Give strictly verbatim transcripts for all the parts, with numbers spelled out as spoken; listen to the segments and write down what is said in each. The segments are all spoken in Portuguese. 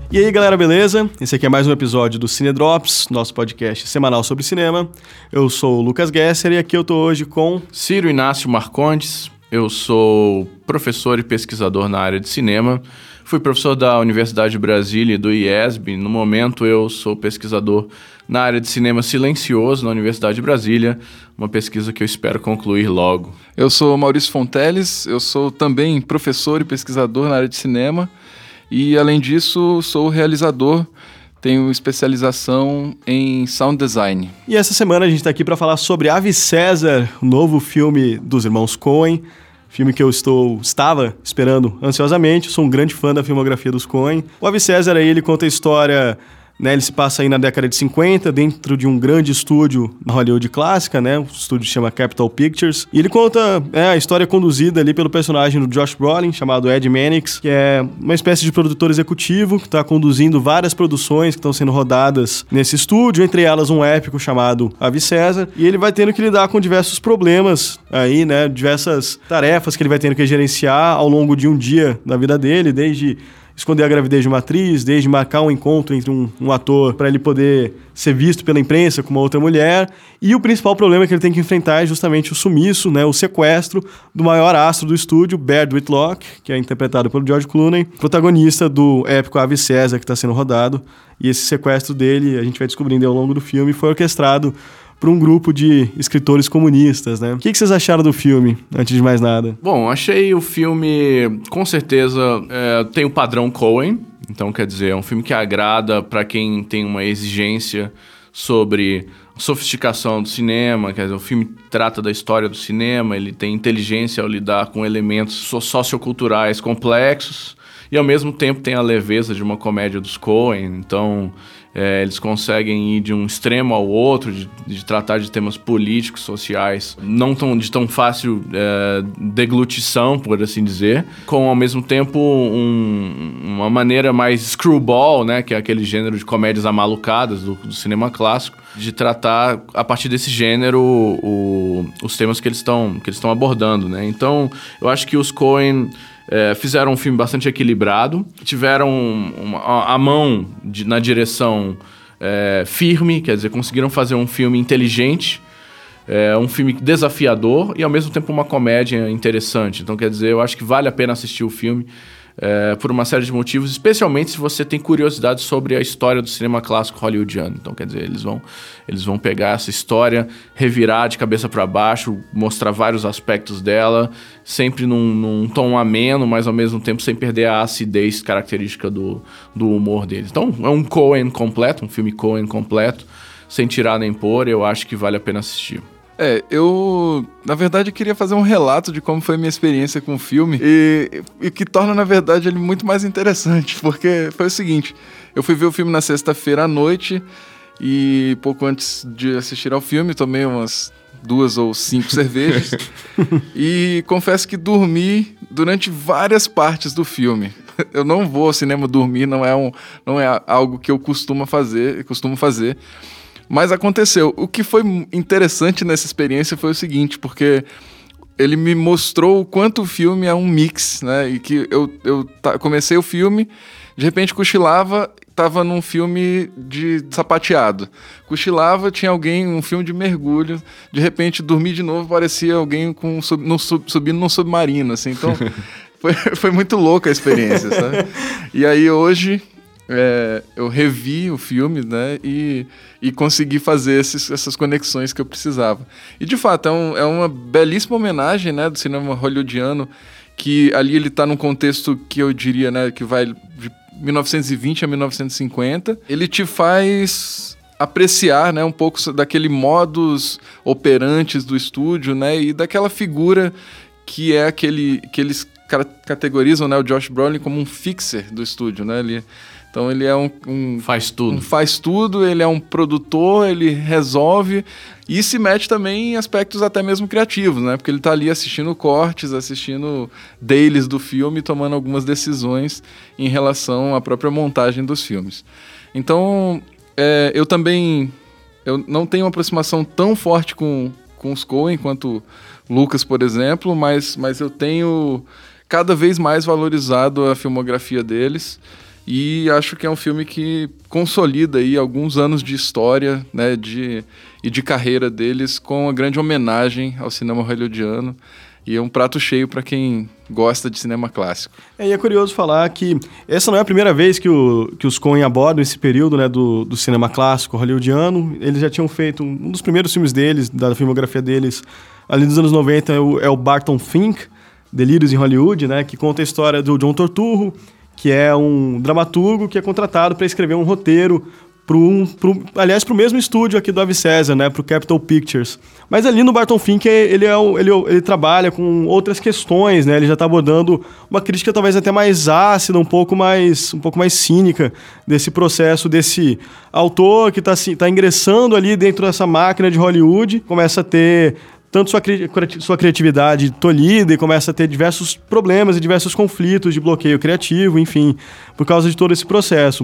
E aí galera, beleza? Esse aqui é mais um episódio do Cine Drops, nosso podcast semanal sobre cinema. Eu sou o Lucas Gesser e aqui eu tô hoje com... Ciro Inácio Marcondes, eu sou professor e pesquisador na área de cinema. Fui professor da Universidade de Brasília e do I E S B. No momento eu sou pesquisador na área de cinema silencioso na Universidade de Brasília, uma pesquisa que eu espero concluir logo. Eu sou Maurício Fonteles, eu sou também professor e pesquisador na área de cinema. E, além disso, sou realizador, tenho especialização em sound design. E essa semana a gente está aqui para falar sobre Ave César, o novo filme dos irmãos Coen, filme que eu estou, estava esperando ansiosamente. Sou um grande fã da filmografia dos Coen. O Ave César aí, ele conta a história... Né, ele se passa aí na década de cinquenta, dentro de um grande estúdio na Hollywood clássica, né? O estúdio se chama Capitol Pictures. E ele conta é, a história conduzida ali pelo personagem do Josh Brolin, chamado Ed Mannix, que é uma espécie de produtor executivo que está conduzindo várias produções que estão sendo rodadas nesse estúdio, entre elas um épico chamado Ave César. E ele vai tendo que lidar com diversos problemas aí, né? Diversas tarefas que ele vai tendo que gerenciar ao longo de um dia da vida dele, desde... esconder a gravidez de uma atriz, desde marcar um encontro entre um, um ator para ele poder ser visto pela imprensa com uma outra mulher. E o principal problema que ele tem que enfrentar é justamente o sumiço, né, o sequestro do maior astro do estúdio, Baird Whitlock, que é interpretado pelo George Clooney, protagonista do épico Ave César que está sendo rodado. E esse sequestro dele, a gente vai descobrindo ao longo do filme, foi orquestrado por um grupo de escritores comunistas, né? O que, que vocês acharam do filme, antes de mais nada? Bom, achei o filme, com certeza, é, tem o padrão Coen. Então, quer dizer, é um filme que agrada para quem tem uma exigência sobre a sofisticação do cinema. Quer dizer, o filme trata da história do cinema, ele tem inteligência ao lidar com elementos socioculturais complexos e, ao mesmo tempo, tem a leveza de uma comédia dos Coen. Então... É, eles conseguem ir de um extremo ao outro, de, de tratar de temas políticos, sociais, não tão, de tão fácil é, deglutição, por assim dizer, com, ao mesmo tempo, um, uma maneira mais screwball, né, que é aquele gênero de comédias amalucadas do, do cinema clássico, de tratar, a partir desse gênero, o, os temas que eles estão que eles estão abordando, né? Então, eu acho que os Coen... É, fizeram um filme bastante equilibrado, tiveram uma, a mão de, na direção é, firme, quer dizer, conseguiram fazer um filme inteligente, é, um filme desafiador e, ao mesmo tempo, uma comédia interessante. Então, quer dizer, eu acho que vale a pena assistir o filme é, por uma série de motivos, especialmente se você tem curiosidade sobre a história do cinema clássico hollywoodiano. Então, quer dizer, eles vão, eles vão pegar essa história, revirar de cabeça para baixo, mostrar vários aspectos dela, sempre num, num tom ameno, mas ao mesmo tempo sem perder a acidez característica do, do humor deles. Então, é um Coen completo, um filme Coen completo, sem tirar nem pôr, eu acho que vale a pena assistir. É, eu, na verdade, queria fazer um relato de como foi a minha experiência com o filme e, e que torna, na verdade, ele muito mais interessante, porque foi o seguinte, eu fui ver o filme na sexta-feira à noite e pouco antes de assistir ao filme, tomei umas duas ou cinco cervejas e confesso que dormi durante várias partes do filme. Eu não vou ao cinema dormir, não é, um, não é algo que eu costumo fazer, costumo fazer. Mas aconteceu. O que foi interessante nessa experiência foi o seguinte, porque ele me mostrou o quanto o filme é um mix, né? E que eu, eu t- comecei o filme, de repente cochilava, tava num filme de sapateado. Cochilava, tinha alguém, um filme de mergulho, de repente dormi de novo, parecia alguém com, sub, no, sub, subindo num submarino, assim. Então, foi, foi muito louca a experiência, sabe? E aí hoje... É, eu revi o filme, né, e, e consegui fazer esses, essas conexões que eu precisava. E, de fato, é, um, é uma belíssima homenagem, né, do cinema hollywoodiano, que ali ele está num contexto que eu diria, né, que vai de mil novecentos e vinte a mil novecentos e cinquenta. Ele te faz apreciar, né, um pouco daquele modus operantes do estúdio, né, e daquela figura que é aquele que eles categorizam, né, o Josh Brolin como um fixer do estúdio, né, ele... Então ele é um, um... Faz tudo. Um faz tudo, ele é um produtor, ele resolve e se mete também em aspectos até mesmo criativos, né? Porque ele tá ali assistindo cortes, assistindo dailies do filme, tomando algumas decisões em relação à própria montagem dos filmes. Então, é, eu também eu não tenho uma aproximação tão forte com, com os Coen quanto Lucas, por exemplo, mas, mas eu tenho cada vez mais valorizado a filmografia deles. E acho que é um filme que consolida aí alguns anos de história, né, de, e de carreira deles com uma grande homenagem ao cinema hollywoodiano. E é um prato cheio para quem gosta de cinema clássico. É, e é curioso falar que essa não é a primeira vez que, o, que os Coen abordam esse período, né, do, do cinema clássico hollywoodiano. Eles já tinham feito um, um dos primeiros filmes deles, da filmografia deles, ali dos anos noventa, é o, é o Barton Fink, Delírios em Hollywood, né, que conta a história do John Turturro, que é um dramaturgo que é contratado para escrever um roteiro Pro um, pro, aliás, para o mesmo estúdio aqui do Ave César, né, para o Capitol Pictures. Mas ali no Barton Fink, ele, é, ele, ele trabalha com outras questões, né, ele já está abordando uma crítica talvez até mais ácida, um pouco mais, um pouco mais cínica desse processo, desse autor que está tá ingressando ali dentro dessa máquina de Hollywood, começa a ter tanto sua, cri sua criatividade tolhida e começa a ter diversos problemas e diversos conflitos de bloqueio criativo, enfim, por causa de todo esse processo.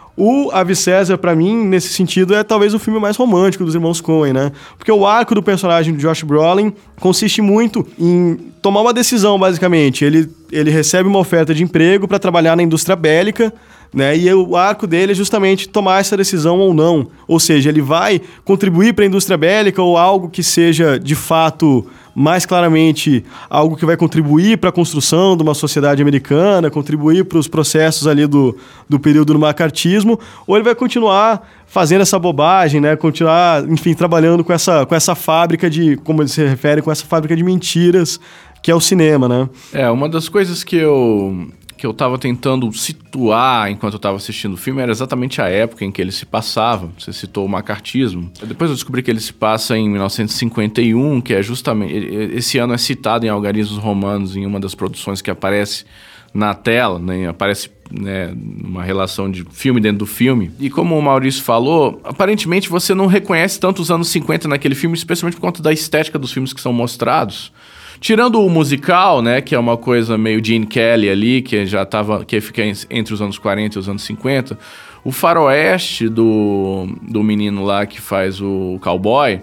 O Ave César, pra mim, nesse sentido, é talvez o filme mais romântico dos irmãos Coen, né? Porque o arco do personagem de Josh Brolin consiste muito em tomar uma decisão, basicamente. Ele, ele recebe uma oferta de emprego para trabalhar na indústria bélica, né? E o arco dele é justamente tomar essa decisão ou não. Ou seja, ele vai contribuir para a indústria bélica ou algo que seja, de fato, mais claramente algo que vai contribuir para a construção de uma sociedade americana, contribuir para os processos ali do, do período do macartismo, ou ele vai continuar fazendo essa bobagem, né? Continuar, enfim, trabalhando com essa, com essa fábrica de, como ele se refere, com essa fábrica de mentiras que é o cinema, né? É, uma das coisas que eu... que eu tava tentando situar enquanto eu tava assistindo o filme era exatamente a época em que ele se passava. Você citou o macartismo. Depois eu descobri que ele se passa em mil novecentos e cinquenta e um, que é justamente... Esse ano é citado em Algarismos Romanos, em uma das produções que aparece na tela, né? Aparece, né, uma relação de filme dentro do filme. E como o Maurício falou, aparentemente você não reconhece tanto os anos cinquenta naquele filme, especialmente por conta da estética dos filmes que são mostrados. Tirando o musical, né, que é uma coisa meio Gene Kelly ali, que já tava, que fica entre os anos quarenta e os anos cinquenta, o faroeste do, do menino lá que faz o cowboy,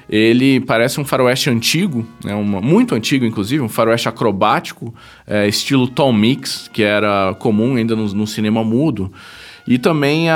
ele parece um faroeste antigo, né, uma, muito antigo inclusive, um faroeste acrobático, é, estilo Tom Mix, que era comum ainda no, no cinema mudo. E também a,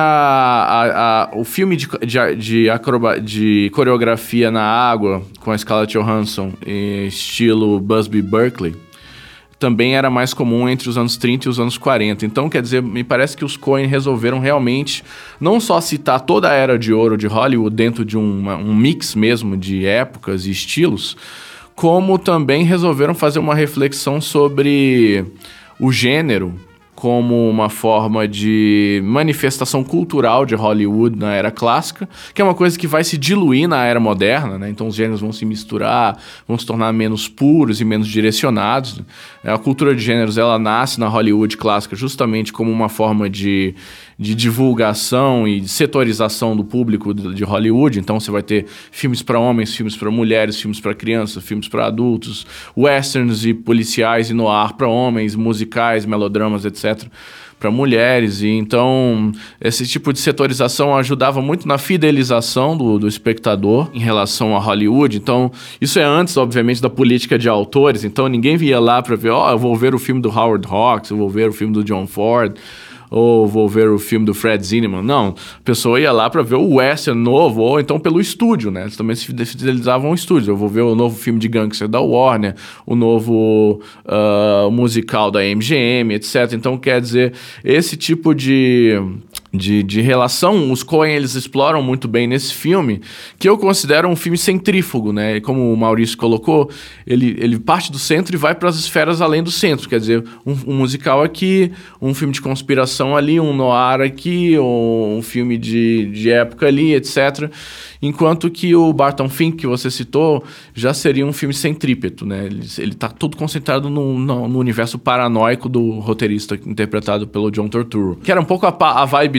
a, a, o filme de, de, de, acroba, de coreografia na água com a Scarlett Johansson, estilo Busby Berkeley, também era mais comum entre os anos trinta e os anos quarenta. Então, quer dizer, me parece que os Coen resolveram realmente não só citar toda a era de ouro de Hollywood dentro de uma, um mix mesmo de épocas e estilos, como também resolveram fazer uma reflexão sobre o gênero como uma forma de manifestação cultural de Hollywood na era clássica, que é uma coisa que vai se diluir na era moderna, né? Então os gêneros vão se misturar, vão se tornar menos puros e menos direcionados. A cultura de gêneros, ela nasce na Hollywood clássica justamente como uma forma de, de divulgação e de setorização do público de Hollywood. Então você vai ter filmes para homens, filmes para mulheres, filmes para crianças, filmes para adultos, westerns e policiais e noir para homens, musicais, melodramas, etcétera para mulheres. E então esse tipo de setorização ajudava muito na fidelização do, do espectador em relação a Hollywood. Então isso é antes, obviamente, da política de autores. Então ninguém via lá para ver, ó, oh, eu vou ver o filme do Howard Hawks, eu vou ver o filme do John Ford, ou vou ver o filme do Fred Zinnemann. Não, a pessoa ia lá para ver o western novo, ou então pelo estúdio, né? Eles também se fidelizavam ao estúdio. Eu vou ver o novo filme de gangster da Warner, o novo uh, musical da M G M, etcétera. Então, quer dizer, esse tipo de... De, de relação, os Coen, eles exploram muito bem nesse filme, que eu considero um filme centrífugo, né? E como o Maurício colocou, ele, ele parte do centro e vai para as esferas além do centro. Quer dizer, um, um musical aqui, um filme de conspiração ali, um noir aqui, um, um filme de, de época ali, etcétera. Enquanto que o Barton Fink, que você citou, já seria um filme centrípeto, né? Ele, ele tá todo concentrado no, no, no universo paranoico do roteirista interpretado pelo John Turturro. Que era um pouco a, a vibe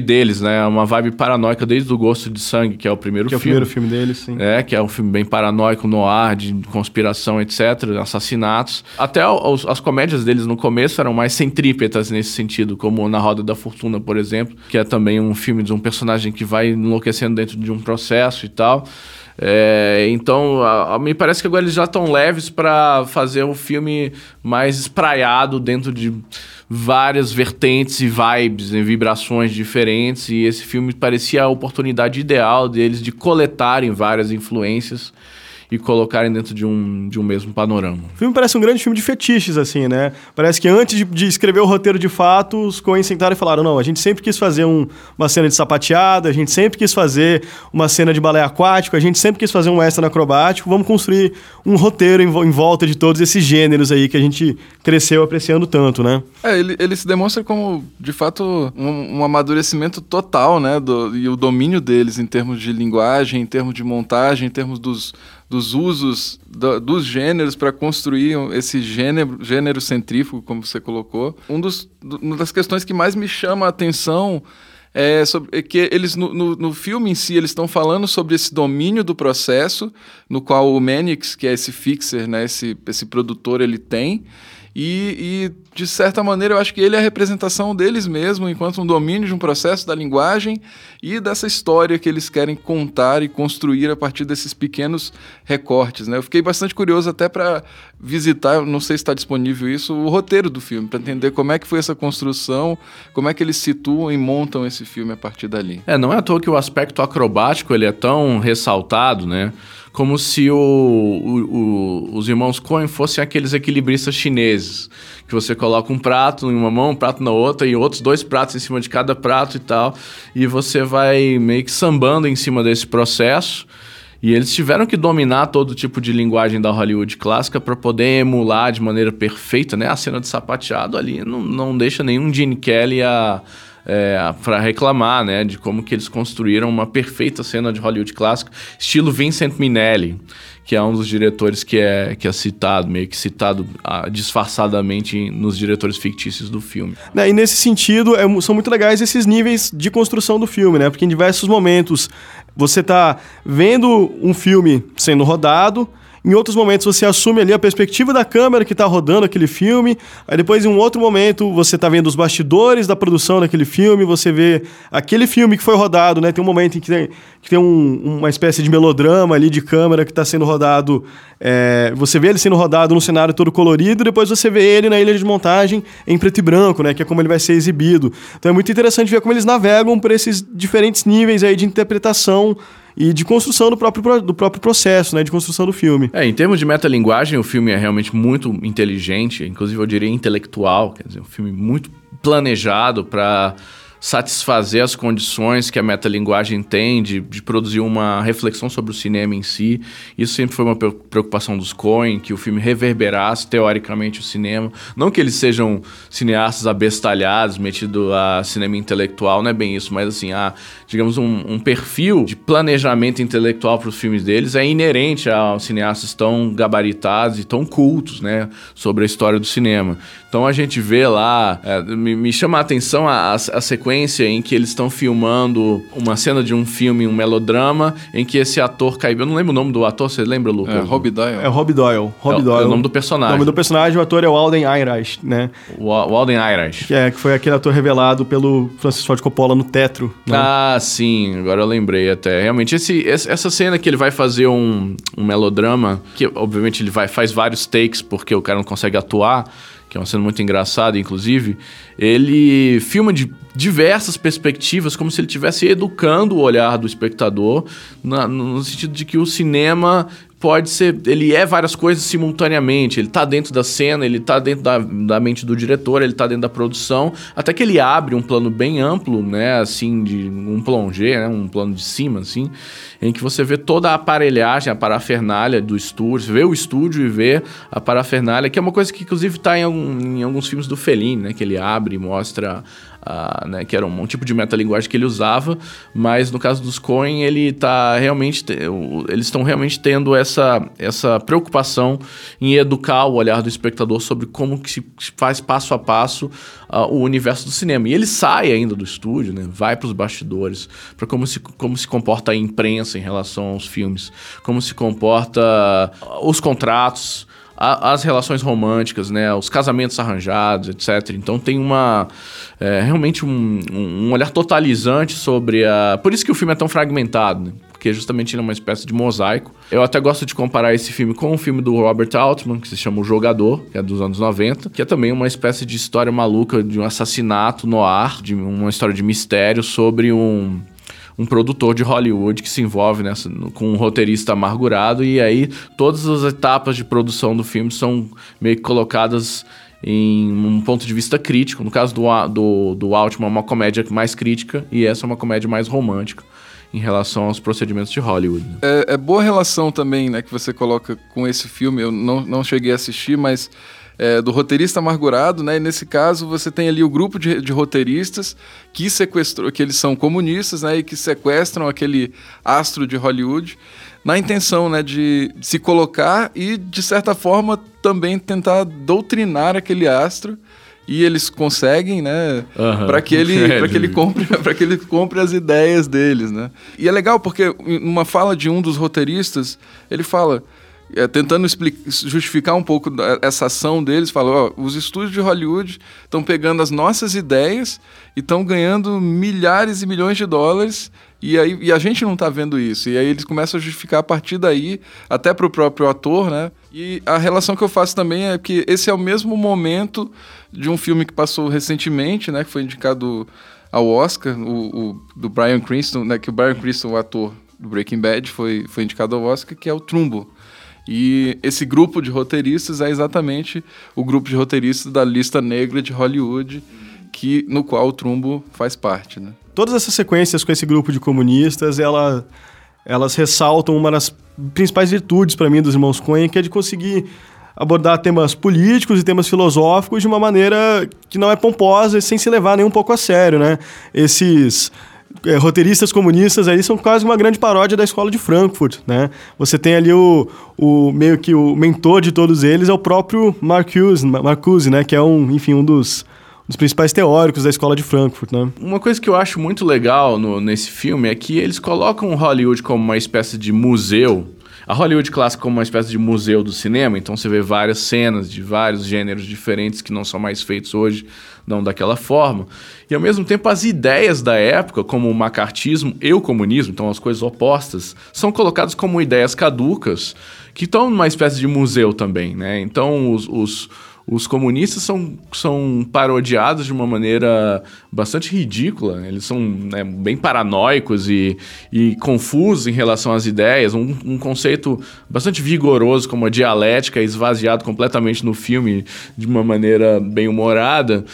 deles, né? Uma vibe paranoica desde o Gosto de Sangue, que é o primeiro que filme. Que é o primeiro filme deles, sim. É, que é um filme bem paranoico, noir, de conspiração, etcétera, assassinatos. Até os, as comédias deles no começo eram mais centrípetas nesse sentido, como Na Roda da Fortuna, por exemplo, que é também um filme de um personagem que vai enlouquecendo dentro de um processo e tal. É, então, a, a, me parece que agora eles já estão leves para fazer um filme mais espraiado dentro de várias vertentes e vibes, e vibrações diferentes, e esse filme parecia a oportunidade ideal deles de coletarem várias influências e colocarem dentro de um, de um mesmo panorama. O filme parece um grande filme de fetiches, assim, né? Parece que antes de, de escrever o roteiro de fato, os Coen sentaram e falaram, não, a gente sempre quis fazer um, uma cena de sapateado, a gente sempre quis fazer uma cena de balé aquático, a gente sempre quis fazer um western acrobático, vamos construir um roteiro em, em volta de todos esses gêneros aí que a gente cresceu apreciando tanto, né? É, ele, ele se demonstra como, de fato, um, um amadurecimento total, né? Do, e o domínio deles em termos de linguagem, em termos de montagem, em termos dos... dos usos do, dos gêneros para construir esse gênero, gênero centrífugo, como você colocou. Um dos, do, uma das questões que mais me chama a atenção é, sobre, é que eles, no, no, no filme em si, eles estão falando sobre esse domínio do processo, no qual o Mannix, que é esse fixer, né, esse, esse produtor, ele tem. E, e, de certa maneira, eu acho que ele é a representação deles mesmo, enquanto um domínio de um processo da linguagem e dessa história que eles querem contar e construir a partir desses pequenos recortes, né? Eu fiquei bastante curioso até para visitar, não sei se está disponível isso, o roteiro do filme, para entender como é que foi essa construção, como é que eles situam e montam esse filme a partir dali. É, não é à toa que o aspecto acrobático ele é tão ressaltado, né? Como se o, o, o, os irmãos Coen fossem aqueles equilibristas chineses, que você coloca um prato em uma mão, um prato na outra, e outros dois pratos em cima de cada prato e tal, e você vai meio que sambando em cima desse processo. E eles tiveram que dominar todo tipo de linguagem da Hollywood clássica para poder emular de maneira perfeita, né? A cena de sapateado ali não, não deixa nenhum Gene Kelly a... É, para reclamar, né, de como que eles construíram uma perfeita cena de Hollywood clássico, estilo Vincent Minnelli, que é um dos diretores que é, que é citado, meio que citado ah, disfarçadamente nos diretores fictícios do filme. Né, e nesse sentido, é, são muito legais esses níveis de construção do filme, né, porque em diversos momentos você tá vendo um filme sendo rodado, em outros momentos você assume ali a perspectiva da câmera que está rodando aquele filme, aí depois em um outro momento você está vendo os bastidores da produção daquele filme, você vê aquele filme que foi rodado, né? Tem um momento em que tem, que tem um, uma espécie de melodrama ali de câmera que está sendo rodado, é, você vê ele sendo rodado num cenário todo colorido, depois você vê ele na ilha de montagem em preto e branco, né? Que é como ele vai ser exibido. Então é muito interessante ver como eles navegam por esses diferentes níveis aí de interpretação e de construção do próprio, do próprio processo, né, de construção do filme. É, em termos de metalinguagem, o filme é realmente muito inteligente, inclusive eu diria intelectual, quer dizer, um filme muito planejado para satisfazer as condições que a metalinguagem tem de, de produzir uma reflexão sobre o cinema em si. Isso sempre foi uma preocupação dos Coen, que o filme reverberasse teoricamente o cinema. Não que eles sejam cineastas abestalhados, metidos a cinema intelectual, não é bem isso, mas assim, há, digamos, um, um perfil de planejamento intelectual para os filmes deles é inerente a cineastas tão gabaritados e tão cultos, né, sobre a história do cinema. Então a gente vê lá, é, me, me chama a atenção a, a, a sequência em que eles estão filmando uma cena de um filme, um melodrama, em que esse ator caiu. Eu não lembro o nome do ator, você lembra, Lucas? É, Rob Doyle. É Rob Doyle. Rob é, Doyle. É o nome do personagem. O nome do personagem, o ator é o Alden Ehrenreich, né? O, o Alden Ehrenreich. Que, é, que foi aquele ator revelado pelo Francis Ford Coppola no Tetro. Né? Ah, sim. Agora eu lembrei até. Realmente, esse, esse, essa cena que ele vai fazer um, um melodrama, que obviamente ele vai, faz vários takes porque o cara não consegue atuar, que é uma cena muito engraçada, inclusive, ele filma de diversas perspectivas, como se ele estivesse educando o olhar do espectador, na, no sentido de que o cinema pode ser... Ele é várias coisas simultaneamente. Ele tá dentro da cena, ele tá dentro da, da mente do diretor, ele tá dentro da produção, até que ele abre um plano bem amplo, né, assim, de um plongé, né, um plano de cima, assim, em que você vê toda a aparelhagem, a parafernália do estúdio, você vê o estúdio e vê a parafernália, que é uma coisa que, inclusive, tá em, algum, em alguns filmes do Fellini, né, que ele abre e mostra uh, né, que era um, um tipo de metalinguagem que ele usava, mas no caso dos Coen, ele tá realmente, eles estão realmente tendo essa, essa preocupação em educar o olhar do espectador sobre como que se faz passo a passo uh, o universo do cinema. E ele sai ainda do estúdio, né, vai para os bastidores, para como se, como se comporta a imprensa em relação aos filmes, como se comporta uh, os contratos, as relações românticas, né, os casamentos arranjados, etcétera. Então tem uma é, realmente um, um olhar totalizante sobre a... Por isso que o filme é tão fragmentado, né? Porque justamente ele é uma espécie de mosaico. Eu até gosto de comparar esse filme com um filme do Robert Altman, que se chama O Jogador, que é dos anos noventa, que é também uma espécie de história maluca de um assassinato no ar, de uma história de mistério sobre um... um produtor de Hollywood que se envolve nessa, com um roteirista amargurado, e aí todas as etapas de produção do filme são meio que colocadas em um ponto de vista crítico. No caso do, do, do Altman, é uma comédia mais crítica, e essa é uma comédia mais romântica em relação aos procedimentos de Hollywood. É, é boa relação também, né, que você coloca com esse filme. Eu não, não cheguei a assistir, mas... É, do roteirista amargurado, né? E nesse caso você tem ali o grupo de, de roteiristas que sequestrou, que eles são comunistas, né? E que sequestram aquele astro de Hollywood na intenção, né, de se colocar e, de certa forma, também tentar doutrinar aquele astro. E eles conseguem, né, uhum. para que ele, é, para que ele compre, para que ele compre as ideias deles, né? E é legal porque numa fala de um dos roteiristas, ele fala, é, tentando explicar, justificar um pouco essa ação deles, falou, ó, os estúdios de Hollywood estão pegando as nossas ideias e estão ganhando milhares e milhões de dólares, e, aí, e a gente não está vendo isso. E aí eles começam a justificar a partir daí, até para o próprio ator, né? E a relação que eu faço também é que esse é o mesmo momento de um filme que passou recentemente, né, que foi indicado ao Oscar, o, o do Bryan Cranston, né, que o Bryan Cranston, o ator do Breaking Bad, foi, foi indicado ao Oscar, que é o Trumbo. E esse grupo de roteiristas é exatamente o grupo de roteiristas da lista negra de Hollywood, que, no qual o Trumbo faz parte, né? Todas essas sequências com esse grupo de comunistas, ela, elas ressaltam uma das principais virtudes para mim dos irmãos Coen, que é de conseguir abordar temas políticos e temas filosóficos de uma maneira que não é pomposa e sem se levar nem um pouco a sério, né? Esses... É, roteiristas comunistas aí são quase uma grande paródia da escola de Frankfurt, né? Você tem ali o, o meio que o mentor de todos eles é o próprio Marcuse, Marcuse, né? Que é um, enfim, um dos, dos principais teóricos da escola de Frankfurt, né? Uma coisa que eu acho muito legal no, nesse filme é que eles colocam Hollywood como uma espécie de museu. A Hollywood clássica como uma espécie de museu do cinema, então você vê várias cenas de vários gêneros diferentes que não são mais feitos hoje, não daquela forma. E, ao mesmo tempo, as ideias da época, como o macartismo e o comunismo, então as coisas opostas, são colocadas como ideias caducas, que estão numa espécie de museu também, né? Então, os... os Os comunistas são, são parodiados de uma maneira bastante ridícula. Eles são, né, bem paranoicos e, e confusos em relação às ideias. Um, um conceito bastante vigoroso como a dialética é esvaziado completamente no filme de uma maneira bem humorada.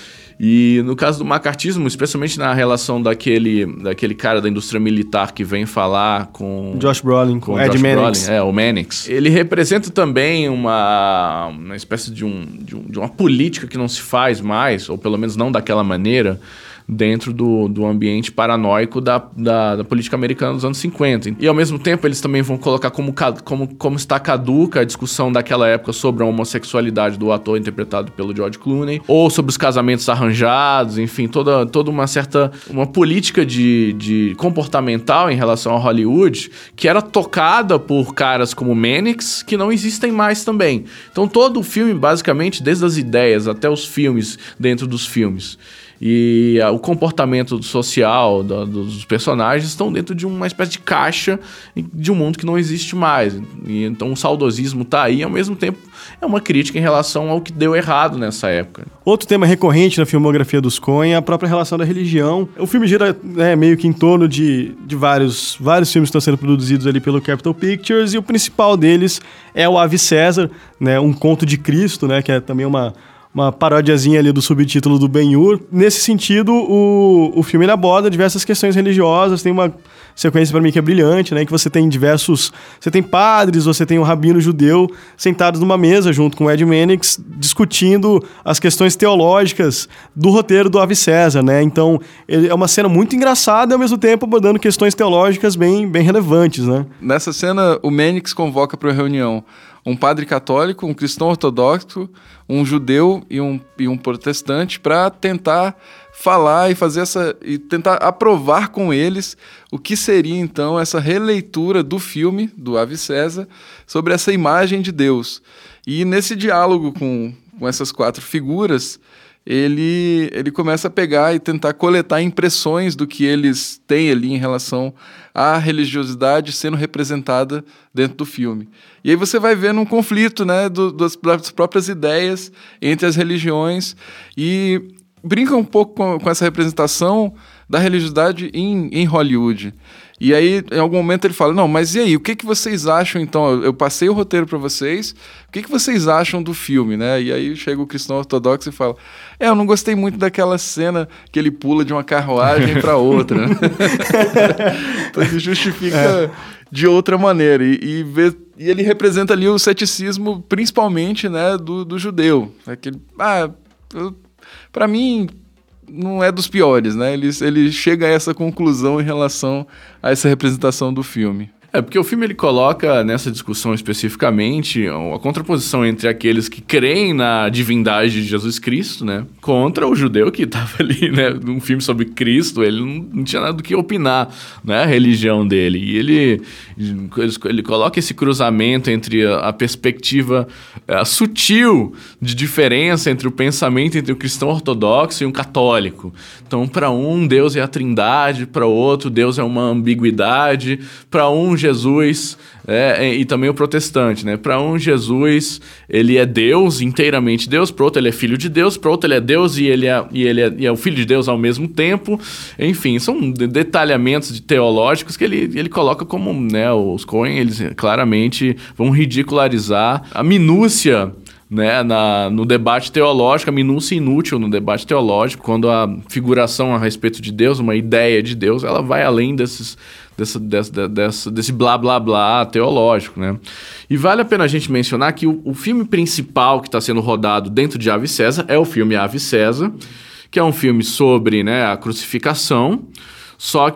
E no caso do macartismo, especialmente na relação daquele, daquele cara da indústria militar que vem falar com... Josh Brolin, com, com Ed Josh Mannix. Brolin, é, o Mannix. Ele representa também uma, uma espécie de, um, de, um, de uma política que não se faz mais, ou pelo menos não daquela maneira, dentro do, do ambiente paranoico da, da, da política americana dos anos cinquenta. E, ao mesmo tempo, eles também vão colocar como, como, como está caduca a discussão daquela época sobre a homossexualidade do ator interpretado pelo George Clooney, ou sobre os casamentos arranjados, enfim, toda, toda uma certa... uma política de, de comportamental em relação a Hollywood que era tocada por caras como Mannix, que não existem mais também. Então, todo o filme, basicamente, desde as ideias até os filmes dentro dos filmes, e uh, o comportamento social da, dos personagens estão dentro de uma espécie de caixa de um mundo que não existe mais. E, então o saudosismo está aí, e ao mesmo tempo é uma crítica em relação ao que deu errado nessa época. Outro tema recorrente na filmografia dos Coen é a própria relação da religião. O filme gira, né, meio que em torno de, de vários, vários filmes que estão sendo produzidos ali pelo Capitol Pictures, e o principal deles é o Ave César, né, um conto de Cristo, né, que é também uma... uma parodiazinha ali do subtítulo do Ben-Hur. Nesse sentido, o, o filme ele aborda diversas questões religiosas, tem uma sequência para mim que é brilhante, né? Que você tem diversos... Você tem padres, você tem um rabino judeu sentados numa mesa junto com o Ed Mannix discutindo as questões teológicas do roteiro do Ave César, né? Então, ele é uma cena muito engraçada e ao mesmo tempo abordando questões teológicas bem, bem relevantes, né? Nessa cena, o Mannix convoca para uma reunião um padre católico, um cristão ortodoxo, um judeu e um, e um protestante para tentar falar e fazer essa e tentar aprovar com eles o que seria então essa releitura do filme do Ave César sobre essa imagem de Deus. E nesse diálogo com, com essas quatro figuras, ele, ele começa a pegar e tentar coletar impressões do que eles têm ali em relação à religiosidade sendo representada dentro do filme. E aí você vai vendo um conflito, né, do, das, das próprias ideias entre as religiões e brinca um pouco com, com essa representação da religiosidade em, em Hollywood. E aí, em algum momento, ele fala, não, mas e aí, o que, que vocês acham, então? Eu, eu passei o roteiro para vocês, o que, que vocês acham do filme, né? E aí chega o cristão ortodoxo e fala, é, eu não gostei muito daquela cena que ele pula de uma carruagem para outra, né? Então ele justifica é. de outra maneira. E, e, vê, e ele representa ali o ceticismo, principalmente, né, do, do judeu. Aquele, ah, para mim... não é dos piores, né? Ele, ele chega a essa conclusão em relação a essa representação do filme. É, porque o filme ele coloca nessa discussão especificamente a contraposição entre aqueles que creem na divindade de Jesus Cristo, né? Contra o judeu que estava ali, né? Num filme sobre Cristo, ele não, não tinha nada do que opinar, né? A religião dele. E ele, ele, ele coloca esse cruzamento entre a, a perspectiva a, sutil de diferença entre o pensamento entre o cristão ortodoxo e um católico. Então, para um, Deus é a trindade, para outro, Deus é uma ambiguidade, para um, Jesus é, e também o protestante, né? Para um, Jesus, ele é Deus, inteiramente Deus, para outro ele é filho de Deus, para outro ele é Deus e ele é, e ele é, e é o filho de Deus ao mesmo tempo. Enfim, são detalhamentos de teológicos que ele, ele coloca como, né, os Coen, eles claramente vão ridicularizar a minúcia, né, na, no debate teológico, a minúcia inútil no debate teológico, quando a figuração a respeito de Deus, uma ideia de Deus, ela vai além desses, dessa, dessa, dessa, desse blá blá blá teológico, né? E vale a pena a gente mencionar que o, o filme principal que está sendo rodado dentro de Ave César é o filme Ave César, que é um filme sobre, né, a crucificação, só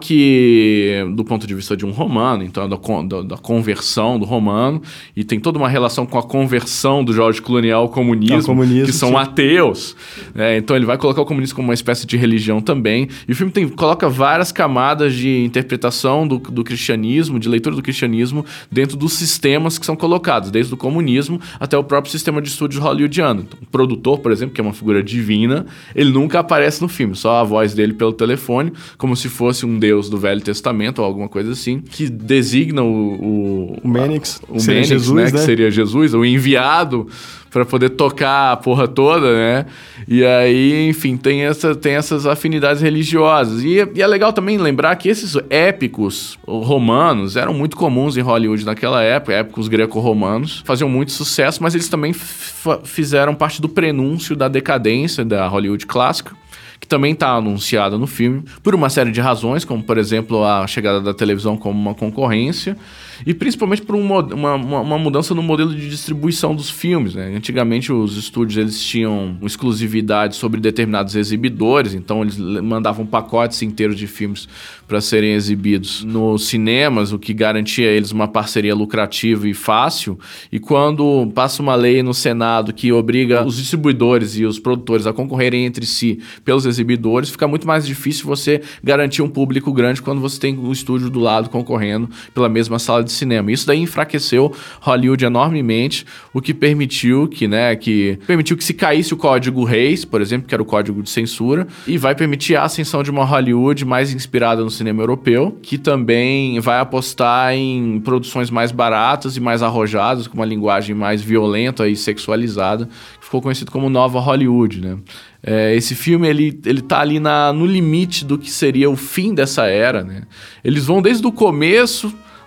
que do ponto de vista de um romano, então da, da, da conversão do romano, e tem toda uma relação com a conversão do George Clooney ao comunismo, comunismo que são sim. ateus, né? Então ele vai colocar o comunismo como uma espécie de religião também, e o filme tem, coloca várias camadas de interpretação do, do cristianismo, de leitura do cristianismo dentro dos sistemas que são colocados, desde o comunismo até o próprio sistema de estúdios hollywoodiano. Então, o produtor, por exemplo, que é uma figura divina, ele nunca aparece no filme, só a voz dele pelo telefone, como se fosse um deus do Velho Testamento ou alguma coisa assim, que designa o... O, o Mannix, o Mannix, Jesus, né, né? Que seria Jesus, o enviado para poder tocar a porra toda, né? E aí, enfim, tem, essa, tem essas afinidades religiosas. E, e é legal também lembrar que esses épicos romanos eram muito comuns em Hollywood naquela época, épicos greco-romanos, faziam muito sucesso, mas eles também f- fizeram parte do prenúncio da decadência da Hollywood clássica, que também está anunciada no filme, por uma série de razões, como, por exemplo, a chegada da televisão como uma concorrência, e principalmente por um, uma, uma mudança no modelo de distribuição dos filmes, né? Antigamente, os estúdios eles tinham exclusividade sobre determinados exibidores, então eles mandavam pacotes inteiros de filmes para serem exibidos nos cinemas, o que garantia a eles uma parceria lucrativa e fácil, e quando passa uma lei no Senado que obriga os distribuidores e os produtores a concorrerem entre si pelos exibidores, fica muito mais difícil você garantir um público grande quando você tem um estúdio do lado concorrendo pela mesma sala de cinema. Isso daí enfraqueceu Hollywood enormemente, o que permitiu que, né, que permitiu que se caísse o Código Reis, por exemplo, que era o código de censura, e vai permitir a ascensão de uma Hollywood mais inspirada no cinema europeu, que também vai apostar em produções mais baratas e mais arrojadas, com uma linguagem mais violenta e sexualizada, que ficou conhecido como Nova Hollywood, né? É, esse filme, ele, ele tá ali na, no limite do que seria o fim dessa era, né? Eles vão desde o começo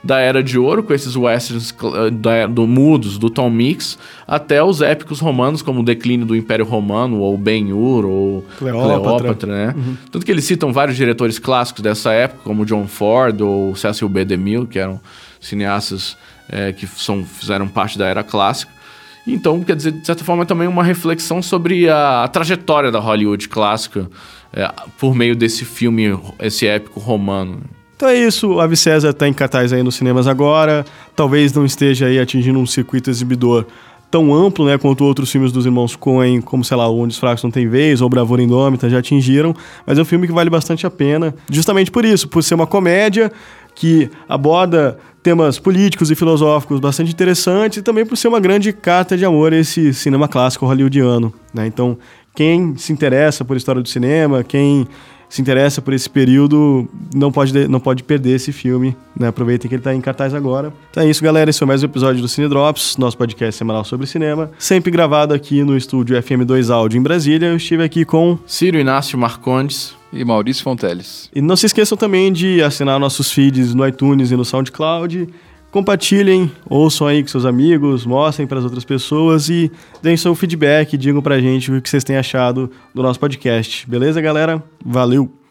da Era de Ouro, com esses westerns uh, da, do mudos, do Tom Mix, até os épicos romanos, como o declínio do Império Romano, ou Ben-Hur, ou Cleópatra, Cleópatra, né? Uhum. Tanto que eles citam vários diretores clássicos dessa época, como John Ford ou Cecil B. DeMille, que eram cineastas é, que são, fizeram parte da Era Clássica. Então, quer dizer, de certa forma, é também uma reflexão sobre a, a trajetória da Hollywood clássica é, por meio desse filme, esse épico romano. Então é isso, o Ave César está em cartaz aí nos cinemas agora, talvez não esteja aí atingindo um circuito exibidor tão amplo, né, quanto outros filmes dos irmãos Coen, como, sei lá, Onde os Fracos Não Têm Vez, ou Bravura Indômita, já atingiram, mas é um filme que vale bastante a pena, justamente por isso, por ser uma comédia que aborda temas políticos e filosóficos bastante interessantes e também por ser uma grande carta de amor a esse cinema clássico hollywoodiano, né? Então, quem se interessa por história do cinema, quem se interessa por esse período, não pode, não pode perder esse filme, né? Aproveitem que ele está em cartaz agora. Então é isso, galera. Esse foi mais um episódio do Cine Drops, nosso podcast semanal sobre cinema, sempre gravado aqui no estúdio F M dois Áudio em Brasília. Eu estive aqui com Ciro Inácio Marcondes e Maurício Fonteles. E não se esqueçam também de assinar nossos feeds no iTunes e no SoundCloud. Compartilhem, ouçam aí com seus amigos, mostrem para as outras pessoas e deem seu feedback, digam pra gente o que vocês têm achado do nosso podcast. Beleza, galera? Valeu!